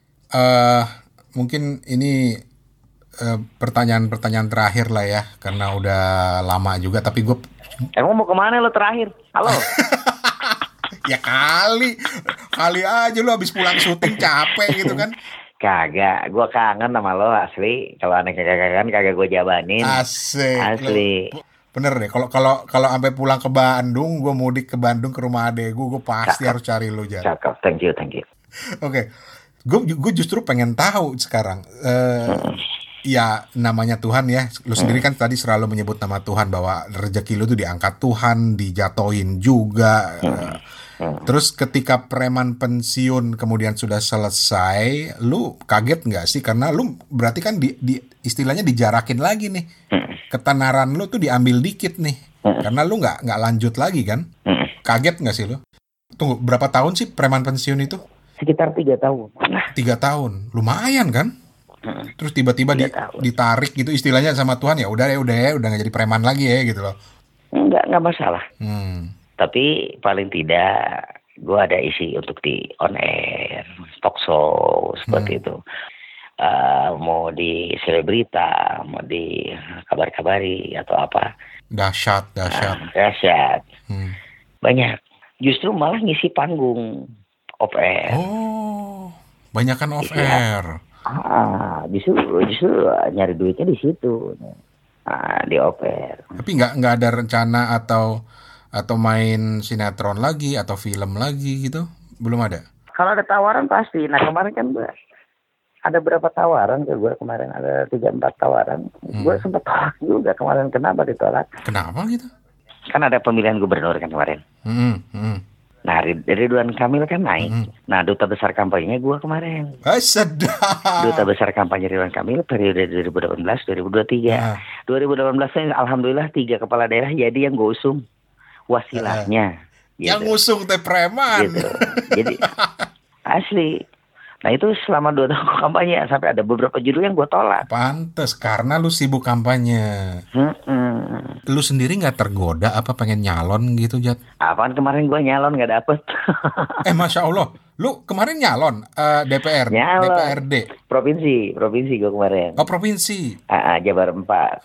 Uh, mungkin ini uh, pertanyaan-pertanyaan terakhir lah ya, karena udah lama juga. Tapi gue, emang mau kemana lo terakhir? Halo. Ya kali, kali aja lo habis pulang syuting capek gitu kan? Kagak, gue kangen sama lo asli. Kalau aneh kagak kan kagak gue jabanin. Asik. Asli. Lo, bener deh. Kalau kalau kalau sampai pulang ke Bandung, gue mudik ke Bandung ke rumah adek gue, gue pasti Cakep. harus cari lo Jan. Cakep, thank you, thank you. Oke. Okay. Gue gue justru pengen tahu sekarang, uh, hmm. ya namanya Tuhan ya, lu sendiri kan tadi selalu menyebut nama Tuhan bahwa rezeki lu tuh diangkat Tuhan, dijatoin juga. Hmm. Uh, hmm. Terus ketika preman pensiun kemudian sudah selesai, lu kaget nggak sih? Karena lu berarti kan di, di istilahnya dijarakin lagi nih, hmm. ketenaran lu tuh diambil dikit nih, hmm. karena lu nggak nggak lanjut lagi kan? Hmm. Kaget nggak sih lu? Tunggu, berapa tahun sih preman pensiun itu? Sekitar tiga tahun. Tiga tahun, lumayan kan? Hmm. Terus tiba-tiba di, ditarik gitu istilahnya sama Tuhan, ya udah ya udah ya udah nggak jadi preman lagi ya gitu loh. Enggak nggak masalah. Hmm. Tapi paling tidak gue ada isi untuk di on air, talk show seperti hmm. itu. Uh, mau di selebrita, mau di kabar-kabari atau apa. Dahsyat, dahsyat. Uh, dahsyat. Hmm. Banyak. Justru malah ngisi panggung. Off air. Oh, banyakan off air. Ah, justru justru nyari duitnya di situ. Ah, di off air. Tapi nggak nggak ada rencana atau atau main sinetron lagi atau film lagi gitu? Belum ada. Kalau ada tawaran pasti. Nah kemarin kan gue ada berapa tawaran ke gue kemarin, ada tiga empat tawaran. Hmm. Gue sempat tolak juga kemarin. Kenapa ditolak? Kenapa gitu? Kan ada pemilihan gubernur kan kemarin. Hmm. Hmm. Nah, Ridwan Kamil kan naik. Mm. Nah, duta besar kampanyenya gue kemarin. Eh, sedap. Duta besar kampanye Ridwan Kamil periode dua ribu delapan belas sampai dua ribu dua puluh tiga. Nah. dua ribu delapan belas alhamdulillah tiga kepala daerah jadi yang gue usung wasilahnya. Uh. Gitu. Yang ngusung teh preman. Gitu. Jadi asli. Nah itu selama dua tahun kampanye sampai ada beberapa judul yang gue tolak. Pantes karena lu sibuk kampanye. Mm-mm. Lu sendiri nggak tergoda apa pengen nyalon gitu Jat? Apaan kemarin gue nyalon nggak dapet. Eh Masya Allah, lu kemarin nyalon uh, D P R, nyalon. D P R D. Provinsi, provinsi gue kemarin. Oh provinsi. Ah, Jabar empat.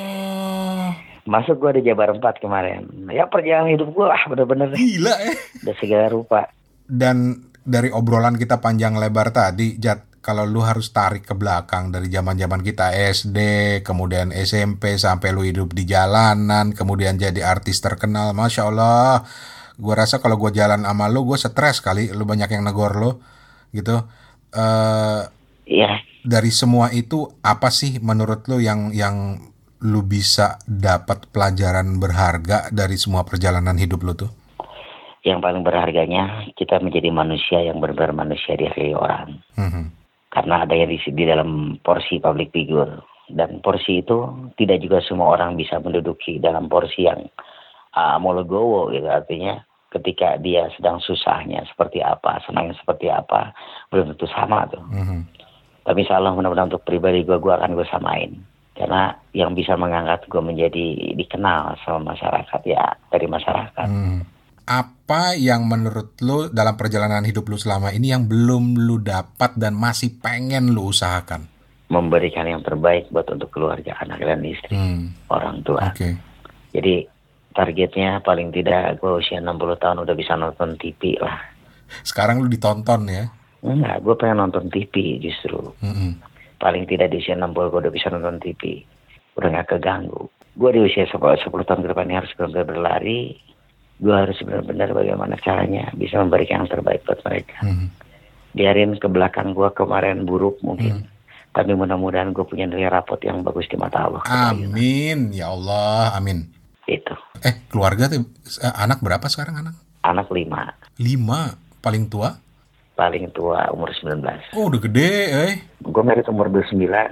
Oh. Masuk gue di Jabar empat kemarin. Ya perjalanan hidup gue ah bener-bener. Gila eh. Udah segala rupa. Dan dari obrolan kita panjang lebar tadi, Jat, kalau lu harus tarik ke belakang dari zaman-zaman kita S D, kemudian S M P sampai lu hidup di jalanan, kemudian jadi artis terkenal, Masya Allah. Gue rasa kalau gue jalan sama lu, gue stres kali, lu banyak yang negor lu, gitu. Uh, Iya. Dari semua itu, apa sih menurut lu yang yang lu bisa dapat pelajaran berharga dari semua perjalanan hidup lu tuh? Yang paling berharganya kita menjadi manusia yang benar-benar manusia di hati orang. Mm-hmm. Karena ada yang di, di dalam porsi public figure. Dan porsi itu tidak juga semua orang bisa menduduki dalam porsi yang uh, mologowo gitu. Artinya ketika dia sedang susahnya seperti apa, senangnya seperti apa, belum tentu sama tuh. Mm-hmm. Tapi insya Allah mudah-mudahan untuk pribadi gue, gue akan gue samain. Karena yang bisa mengangkat gue menjadi dikenal sama masyarakat ya dari masyarakat. Mm. Apa yang menurut lu dalam perjalanan hidup lu selama ini yang belum lu dapat dan masih pengen lu usahakan? Memberikan yang terbaik buat untuk keluarga, anak dan istri, hmm. orang tua. Okay. Jadi targetnya paling tidak gue usia enam puluh tahun udah bisa nonton T V lah. Sekarang lu ditonton ya? Enggak, gue pengen nonton T V justru. Mm-hmm. Paling tidak di usia enam puluh gue udah bisa nonton T V. Udah gak keganggu. Gue di usia sepuluh tahun ke depan ini harus benar-benar berlari. Gue harus benar-benar bagaimana caranya bisa memberikan yang terbaik buat mereka. Mm-hmm. Biarin ke belakang gue kemarin buruk mungkin. Mm-hmm. Tapi mudah-mudahan gue punya nilai rapot yang bagus di mata Allah. Amin, ya Allah, amin. Itu. Eh, keluarga tuh, anak berapa sekarang anak? Anak lima. Lima? Paling tua? Paling tua umur sembilan belas. Oh, udah gede, eh. Gue merit umur dua puluh sembilan.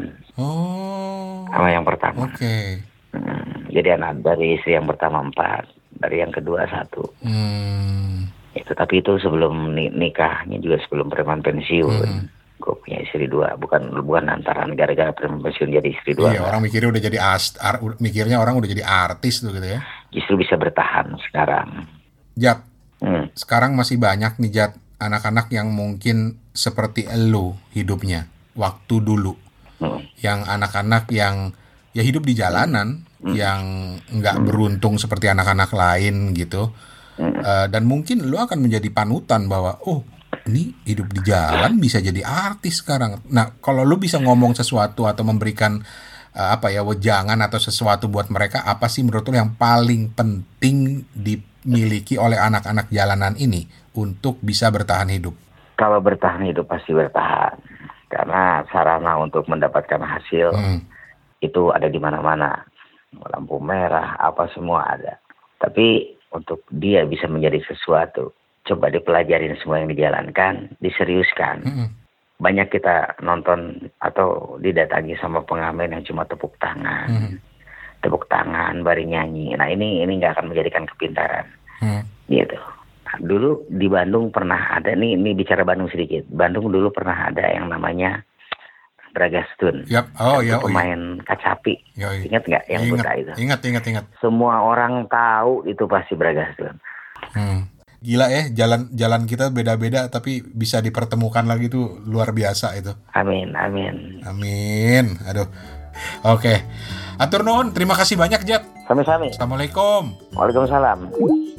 Oh. Sama yang pertama. Oke. Okay. Hmm, jadi anak dari istri yang pertama empat, dari yang kedua satu. Hmm. Itu, tapi itu sebelum nikahnya juga sebelum preman pensiun. Hmm. Gue punya istri dua, bukan bukan antara gara-gara pensiun jadi istri dua. Iya, orang mikirnya udah jadi ast, ar, mikirnya orang udah jadi artis tuh gitu ya. Justru bisa bertahan sekarang. Jat, hmm. sekarang masih banyak nih Jat, anak-anak yang mungkin seperti elu hidupnya waktu dulu, hmm. yang anak-anak yang ya hidup di jalanan, hmm. yang nggak hmm. beruntung seperti anak-anak lain gitu, hmm. uh, dan mungkin lu akan menjadi panutan bahwa oh ini hidup di jalan bisa jadi artis sekarang. Nah, kalau lu bisa ngomong sesuatu atau memberikan uh, apa ya wejangan atau sesuatu buat mereka, apa sih menurut lu yang paling penting dimiliki oleh anak-anak jalanan ini untuk bisa bertahan hidup? Kalau bertahan hidup pasti bertahan, karena sarana untuk mendapatkan hasil hmm. itu ada di mana-mana, lampu merah, apa semua ada. Tapi untuk dia bisa menjadi sesuatu, coba dipelajarin semua yang dijalankan, diseriuskan. Mm-hmm. Banyak kita nonton atau didatangi sama pengamen yang cuma tepuk tangan, mm-hmm. tepuk tangan, bari nyanyi. Nah ini ini nggak akan menjadikan kepintaran, mm-hmm. gitu. Nah, dulu di Bandung pernah ada nih, ini bicara Bandung sedikit. Bandung dulu pernah ada yang namanya Bragastun. Yep. Oh ya. Pemain kacapi. Yoi. Ingat nggak yang buta itu? Ingat, ingat, ingat. Semua orang tahu itu pasti Bragastun. Hmm. Gila ya, jalan jalan kita beda-beda tapi bisa dipertemukan lagi tuh luar biasa itu. Amin, amin. Amin. Aduh. Oke. Atur nuhun, terima kasih banyak Jat. Sami-sami. Assalamualaikum. Waalaikumsalam.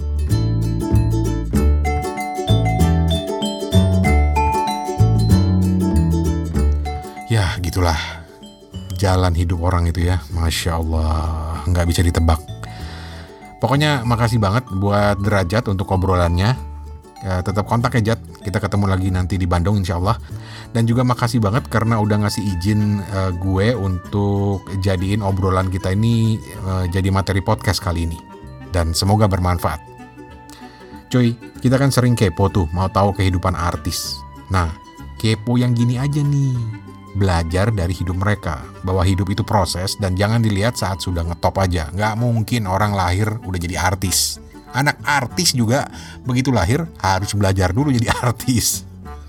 Ya, gitulah. Jalan hidup orang itu ya. Masya Allah, nggak bisa ditebak. Pokoknya makasih banget buat Derajat untuk obrolannya. Ya, tetap kontak ya Jat. Kita ketemu lagi nanti di Bandung insya Allah. Dan juga makasih banget karena udah ngasih izin uh, gue untuk jadiin obrolan kita ini uh, jadi materi podcast kali ini. Dan semoga bermanfaat. Cuy, kita kan sering kepo tuh mau tahu kehidupan artis. Nah, kepo yang gini aja nih. Belajar dari hidup mereka, bahwa hidup itu proses dan jangan dilihat saat sudah ngetop aja. Nggak mungkin orang lahir udah jadi artis. Anak artis juga begitu lahir harus belajar dulu jadi artis.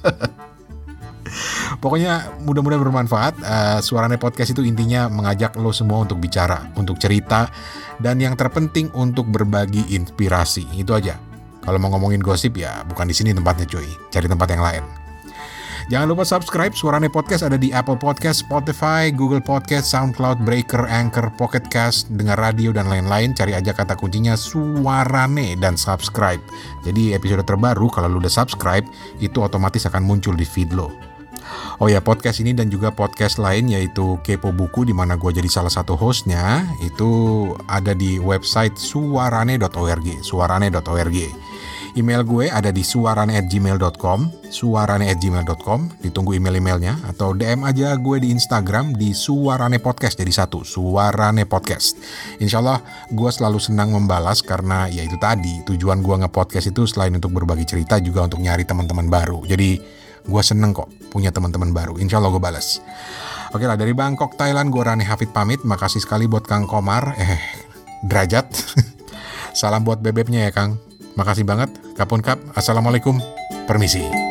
Pokoknya mudah-mudahan bermanfaat. uh, Suarane Podcast itu intinya mengajak lo semua untuk bicara, untuk cerita, dan yang terpenting untuk berbagi inspirasi. Itu aja. Kalau mau ngomongin gosip ya bukan di sini tempatnya cuy, cari tempat yang lain. Jangan lupa subscribe Suarane Podcast, ada di Apple Podcast, Spotify, Google Podcast, SoundCloud, Breaker, Anchor, Pocket Cast, dengar radio dan lain-lain. Cari aja kata kuncinya Suarane dan subscribe. Jadi episode terbaru kalau lu udah subscribe itu otomatis akan muncul di feed lo. Oh ya, podcast ini dan juga podcast lain yaitu Kepo Buku di mana gue jadi salah satu hostnya itu ada di website suarane dot org, suarane dot org. Email gue ada di suarane at gmail dot com, suarane at gmail dot com, ditunggu email-emailnya, atau D M aja gue di Instagram di Suarane Podcast, jadi satu, Suarane Podcast. Insya Allah gue selalu senang membalas karena ya itu tadi, tujuan gue nge-podcast itu selain untuk berbagi cerita juga untuk nyari teman-teman baru. Jadi gue seneng kok punya teman-teman baru, insya Allah gue balas. Oke lah, dari Bangkok, Thailand, gue Rane Hafid pamit. Makasih sekali buat Kang Komar, eh derajat. Salam buat bebeknya ya Kang. Makasih banget. Kapun kap. Assalamualaikum. Permisi.